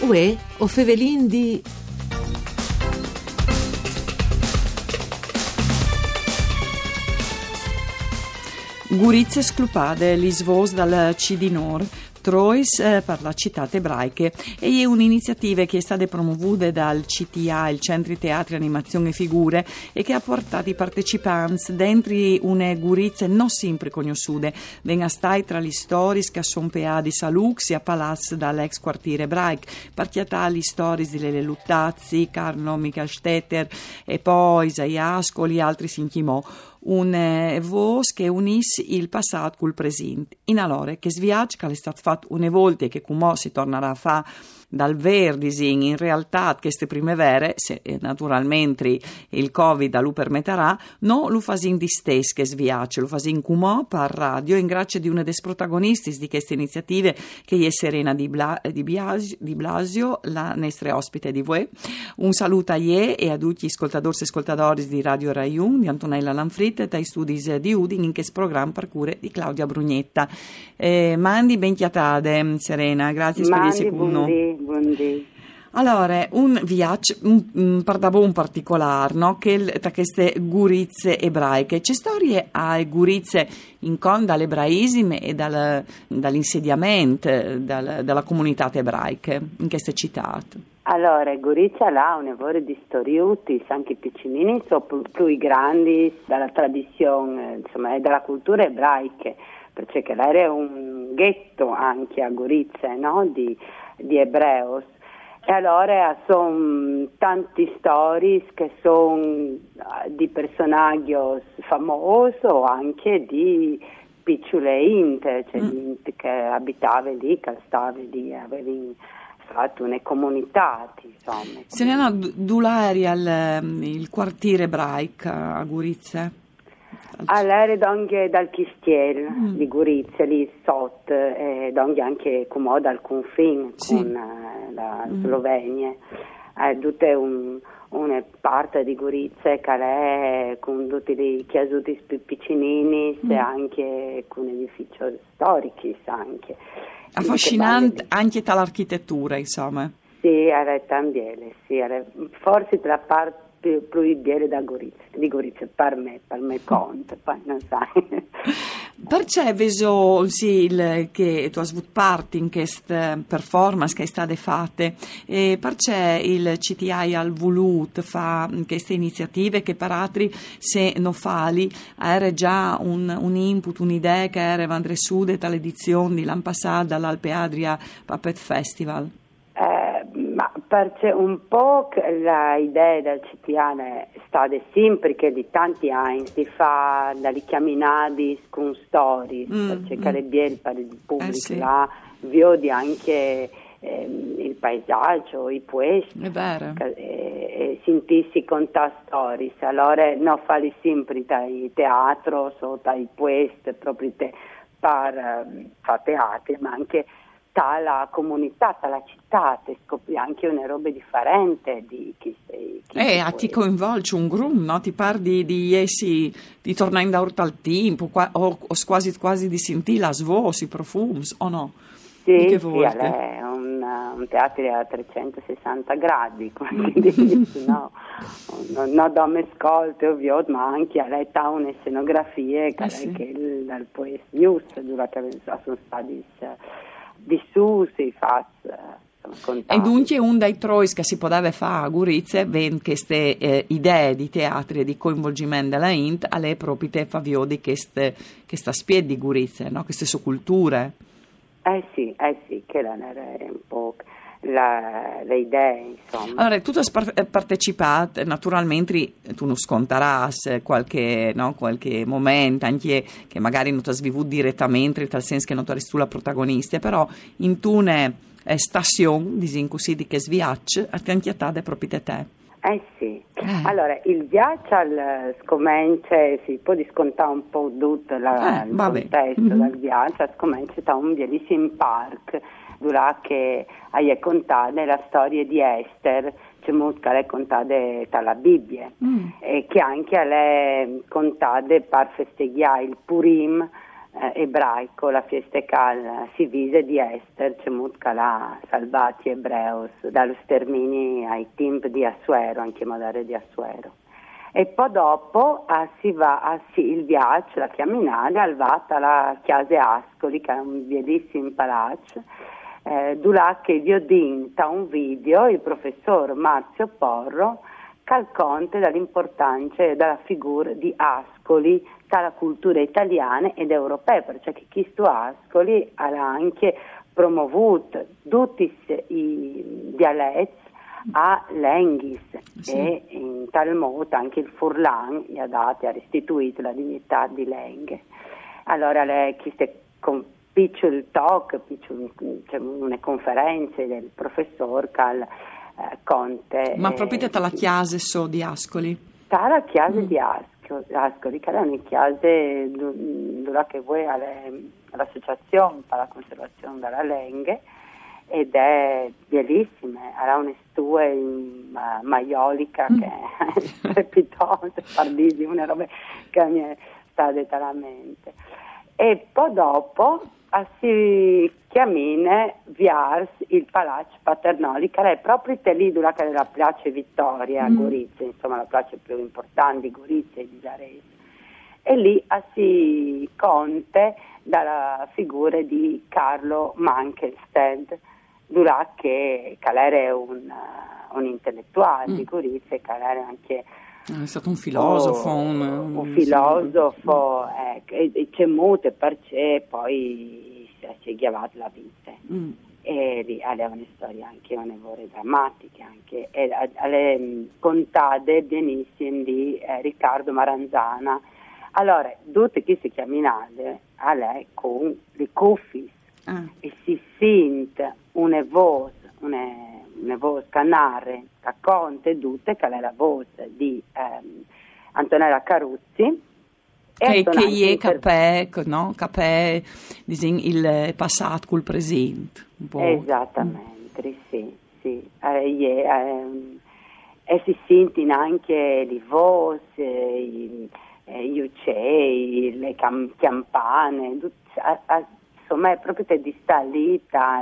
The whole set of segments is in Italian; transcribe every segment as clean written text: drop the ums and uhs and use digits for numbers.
Uè, o fevelin di... Gurizze sclupade, l'isvos dal Cidinor, Trois per la città ebraiche, e è un'iniziativa che è stata promovuta dal CTA, il Centro Teatri, Animazione e Figure, e che ha portato i partecipanti dentro une gurizze non sempre conosciute. Venga stai tra le storie che sono di Salux e a Palazzo dall'ex quartiere ebraico, partiata le storie di Lele Luttazzi, Carlo Michael Stetter e poi Isaia Ascoli e altri si inchimò. Un voce che unisse il passato col presente. In allora che sviaggia che è stato fatto una volta e che come si tornerà a fare dal Verdisin, in realtà queste primavere, se naturalmente il Covid lo permetterà, no lo fasin di stes che sviace, lo fasin come per radio, in grazia di una des protagonisti di queste iniziative che è Serena Di Blasio, la nostra ospite di voi. Un saluto a ie e a tutti gli ascoltatori e ascoltatori di Radio Rai 1, di Antonella Lanfritte, dai studi di Udin, in questo programma per cure di Claudia Brugnetta. Mandi ben chiatade, Serena, grazie per essere con noi. Buondì. Allora, un viaggio un particolare, no? Che tra queste gurizze ebraiche. C'è storie a gurizze in con dall'ebraismo e dall'insediamento dalla comunità ebraica in queste città. Allora, Gorizia là un evore di storiuti, anche piccinini, sono più grandi dalla tradizione, insomma, e dalla cultura ebraica, perché era un ghetto anche a Gorizia, no? Di ebreos. E allora sono tanti storie che sono di personaggi famosi o anche di piccole inte, cioè gente che abitava lì, che stava lì, aveva fatto una comunità, insomma. Serena, dove eri il quartiere ebraico a Gorizia? All'era anche dal Chistiel di Gorizia, lì sotto, e anche come dal confine con la Slovenia. Tutta una parte di Gorizia che è con tutti i chiasuti più piccinini e anche con edifici storici anche. Affascinante anche dall'architettura, insomma. Sì, era también, sì, era forse la parte più bella di Gorizia per me conto, poi non sai. Perché vedo che tu hai avuto parte in queste performance che state fatte, e perché il CTI ha voluto fare queste iniziative che per altri se non fali era già un input, un'idea che era andare su dall'edizione di l'anno passato dall'Alpe Adria Puppet Festival? Ma perché un po' l'idea del CTA è stata sempre che di tanti anni si fa dalle camminate con storie, perché le bieri per il pubblico sì. là vedi anche il paesaggio, i posti, e sentirsi contare storie. Allora non fare sempre dai teatro o dai posti proprio per fare teatro, ma anche la comunità, la città, ti scopri anche una roba differente di chi sei. Ti coinvolge un gruppo, no? Ti parli di essi, di tornare in dauto al tempo, o quasi di sentire la svoce, i profumi, o no? Sì, è un teatro a 360 gradi, come dici, no? Non dome ascolto, ovvio, ma anche a lei ha una scenografia che dal poesia giusto, durante sono stati vissuti, fatti. E dunque un dei trois che si poteva fare a Gorizia ven queste idee di teatri e di coinvolgimento della Int alle proprie te favio di questa spie di Gorizia, no? Queste sue culture. Sì, che era un po' le idee, insomma. Allora, tu hai partecipato, naturalmente tu non scontaras qualche momento, anche che magari non ti hai vivuto direttamente, nel senso che non tu eri tu la protagonista, però in tune stazione, diciamo così, di che sviacci, a te anchiatate proprio te. Sì. Allora, il viaggio scomincia, si può discontare un po' tutto il contesto del viaggio, scomincia da un bellissimo parco, dove che hai contato la storia di Esther, che è contata dalla Bibbia, e che anche è contata per festeggiare il Purim, ebraico, la festa che si vise di Esther, cemut che l'ha salvati ebreus dallo sterminio ai tempi di Assuero, anche modere di Assuero. E poi dopo si va il viaggio, la camminata, arrivata alla chiesa Ascoli, che è un bellissimo palazzo, dove che vi ho detto un video il professor Marzio Porro che racconta dell'importanza della figura di Ascoli dalla cultura italiana ed europea, perché questo Ascoli ha anche promovuto tutti i dialetti a Lenghis, sì. E in tal modo anche il Furlan gli ha restituito la dignità di Lenghe. Allora queste piccoli talk, cioè una conferenza del professor Cal Conte. Ma proprio dalla chiesa di Ascoli? Dalla chiesa di Ascoli, che è una chiesa che voi all'associazione per la conservazione della Lenghe, ed è bellissima, ha una stua maiolica che è strepitosa, pardissima, una roba che mi è stata talmente. E poi dopo si cammina verso il Palazzo Paternoli, che è proprio lì dove è la Piazza Vittoria a Gorizia, insomma la piazza più importante di Gorizia e di Varese. E lì si conta dalla figura di Carlo Mankelsted, che era un intellettuale di Gorizia, che era anche è stato un filosofo, un filosofo, e c'è molte perché poi si è chiamato la vita. E lì aveva una storia anche onevole, drammatiche anche, e alle contate benissimo di Riccardo Maranzana. Allora, tutte queste camminate a lei con le cuffie e si sente una voce canare, racconta tutte che è la voce di Antonella Caruzzi. Che è capè il passato col presente. Un po'. Esattamente, sì. E si sentono anche le voci, gli uccelli, le campane, insomma è proprio di sta lì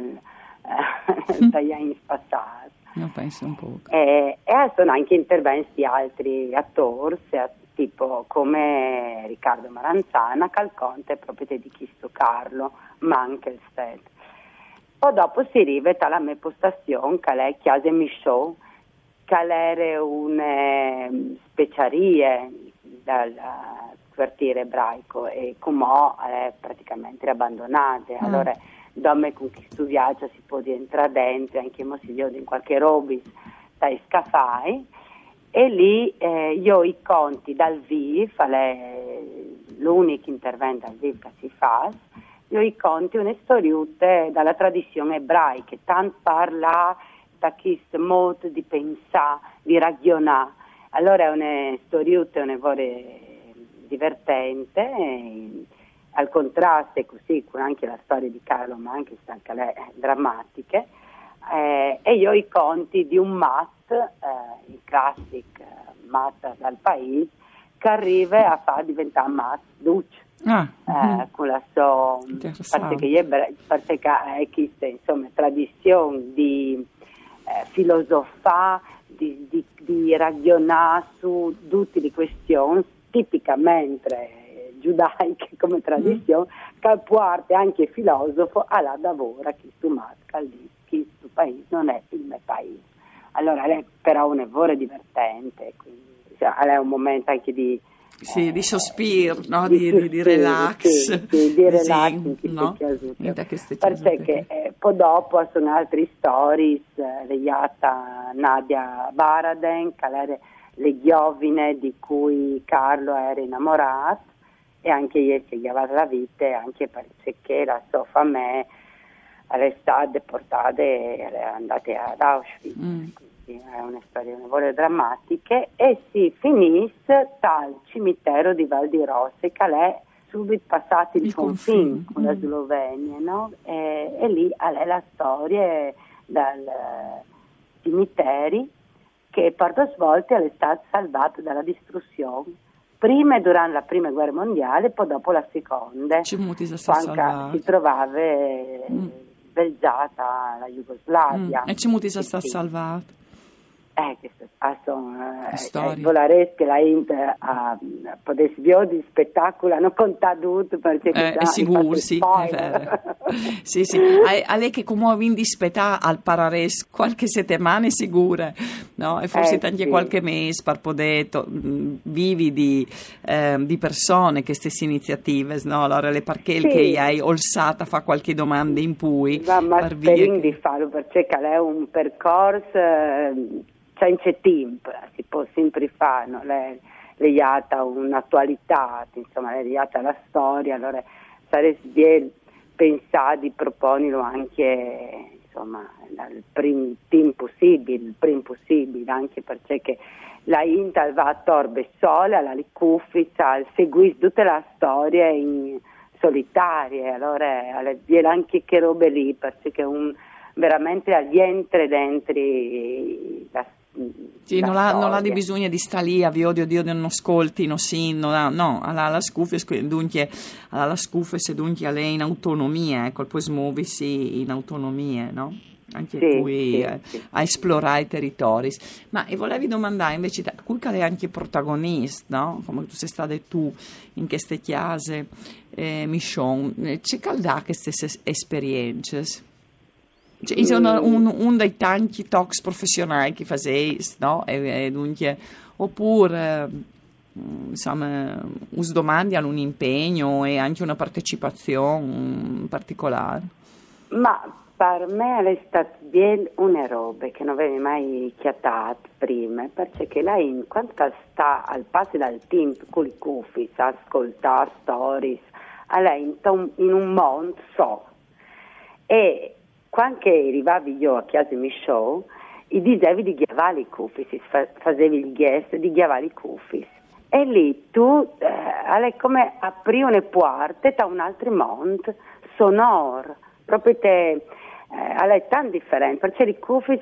dagli anni passati. Penso un po'. E sono anche interventi di altri attori, tipo come Riccardo Maranzana, Calconte, proprio di questo Carlo Mankelsted. Poi dopo si arriva alla mia postazione, che è Chiesa Michaud, che era una speciaria dal quartiere ebraico e come è praticamente abbandonata. Allora, dopo con questo viaggio si può entrare dentro, anche se si vede in qualche robis dai scafai, e lì io i conti dal vivo, l'unico intervento dal vivo che si fa, io i conti una storiute dalla tradizione ebraica, tanto parla da questo modo di pensare, di ragionare. Allora è una storiute, una vorre divertente, al contrasto così con anche la storia di Carlo, ma anche le drammatiche, e io i conti di un il classic Matt dal paese, che arriva a far diventare Matt Duce, con la sua parte che è questa insomma tradizione di filosofare, di ragionare su tutte le questioni tipicamente giudaiche come tradizione, che porta anche filosofo alla lavora che su masca lì, che su paese non è il mio paese. Allora lei però un lavoro divertente, quindi è un momento anche di sospiro, no? di relax, di relax, no? Perché poi dopo sono altre storie legate a Nadia Baraden, che era le giovine di cui Carlo era innamorato, e anche ieri si chiamava la vita, anche perché la sua famiglia è stata deportata e è andata ad Auschwitz. Quindi è una storia drammatica, e si finisce dal cimitero di Val di Rossi, che è subito passato il confine con la Slovenia, no? E lì è la storia dal cimiteri che per 2 volte è stato salvato dalla distruzione prima e durante la prima guerra mondiale, poi dopo la seconda, Ci muti si quando si trovava belgiata la Jugoslavia. E ci muti si sta salvato. Volare che la Inter potesse vedere spettacolo hanno contato perché sicuro, sì, è vero. sì. A lei che come quindi spettà al Parares qualche settimana sicura, no? E forse anche qualche mese per poter vivi di persone che stesse iniziative, no? Allora le parchelle che hai olsata fa qualche domanda in cui ma spero di farlo perché è un percorso senza tempo, si può sempre fare, no? Legata a un'attualità, insomma, legata alla storia, allora sarebbe bien pensare di proporlo anche, insomma, dal primo tempo possibile, anche perché la Inter va a Torbe sola, alla Licuffiza, seguisce tutta la storia in solitaria, allora viene anche che robe lì, perché veramente rientra dentro la sì, non ha di bisogno di stare lì a Dio non ascolti, alla scuffia dunque alla scuffia se dunque a lei in autonomia, ecco, poi smuoversi in autonomia, no? Anche qui a esplorare i territori. Ma e volevi domandare invece qui che è anche protagonista, no? Come tu sei stata tu in queste chiese, Michon, c'è caldà queste esperienze? Cioè, sono un dei tanti talks professionali che facevi, no? E dunque, oppure insomma, us domandi hanno un impegno e anche una partecipazione particolare? Ma per me è stata bien una roba che non avevo mai chiatato prima, perché lei quando sta al passo dal tempo con i cuffi, sa ascoltare stories, lei in un mondo e quando arrivavi io a casa mia show, i dicevi di chiavare i cuffi, facevi il guest di chiavare i cuffi. E lì tu è come aprire una porta da un altro mondo sonoro, proprio te, è tanto differente, perché i cuffi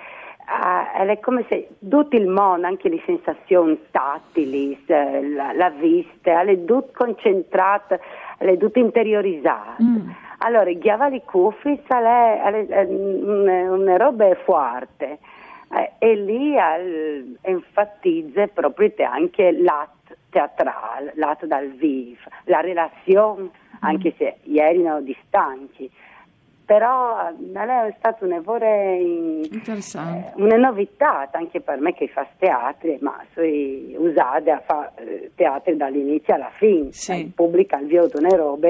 è come se tutto il mondo, anche le sensazioni tattili, la vista, è tutto concentrato, è tutto interiorizzato. Allora, i chiavali cuffi è una roba forte e lì enfatizza proprio anche l'atto teatrale, l'atto dal vivo, la relazione, anche se ieri erano distanti. Però è stato un lavoro interessante, una novità anche per me che fa teatro, ma sono usate a fare teatro dall'inizio alla fine, il pubblico al via di una roba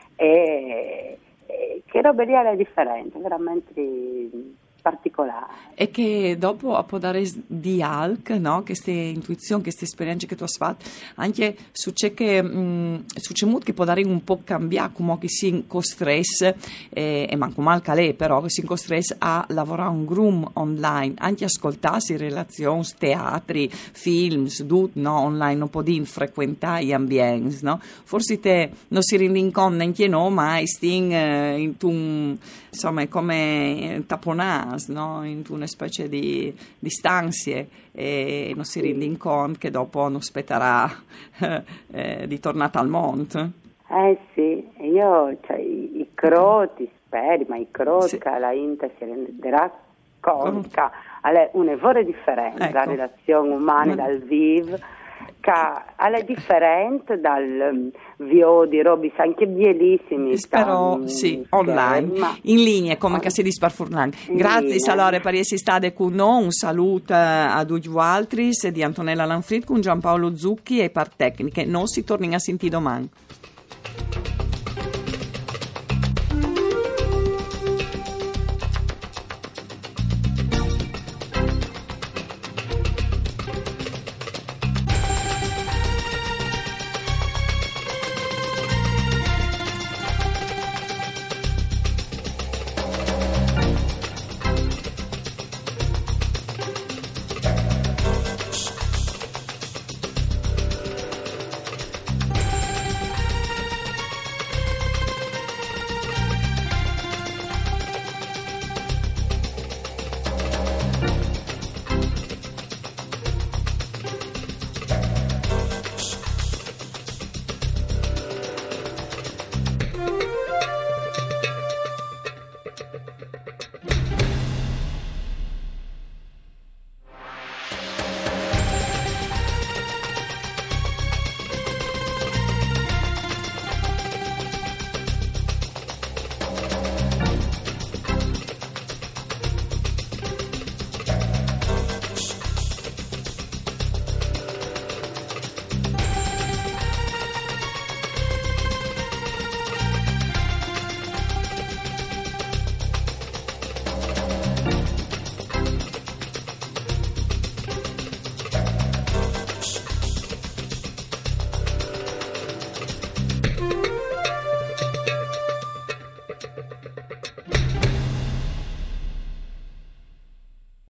e che roba lì è differente, veramente particolare. E che dopo a può dare di alc, no? Queste intuizioni, queste esperienze che tu hai fatto, anche su c'è che su c'è molto che può dare un po' cambiare, come che si costresso e manco mal calè, però che si costresso a lavorare un groom online, anche ascoltarsi relazioni, teatri, film, no? Online non può dire frequentare gli ambienti, no? Forse te non si rende conto neanche no, ma sting in un insomma è come taponas, no? In una specie di stanze e non si rende conto che dopo non aspetterà di tornare al monte. Sì, io i croti speri, ma i croti che la Inter si renderà conto che è un evore differente, ecco. La relazione umana dal vivo che è differente dal vio di robi anche bellissimi però online in linea come che si dice per Furlan. Grazie Salore per essere state con noi, un saluto a tutti gli altri di Antonella Lanfrid con Giampaolo Zucchi e par tecniche non si torni a sentire domani.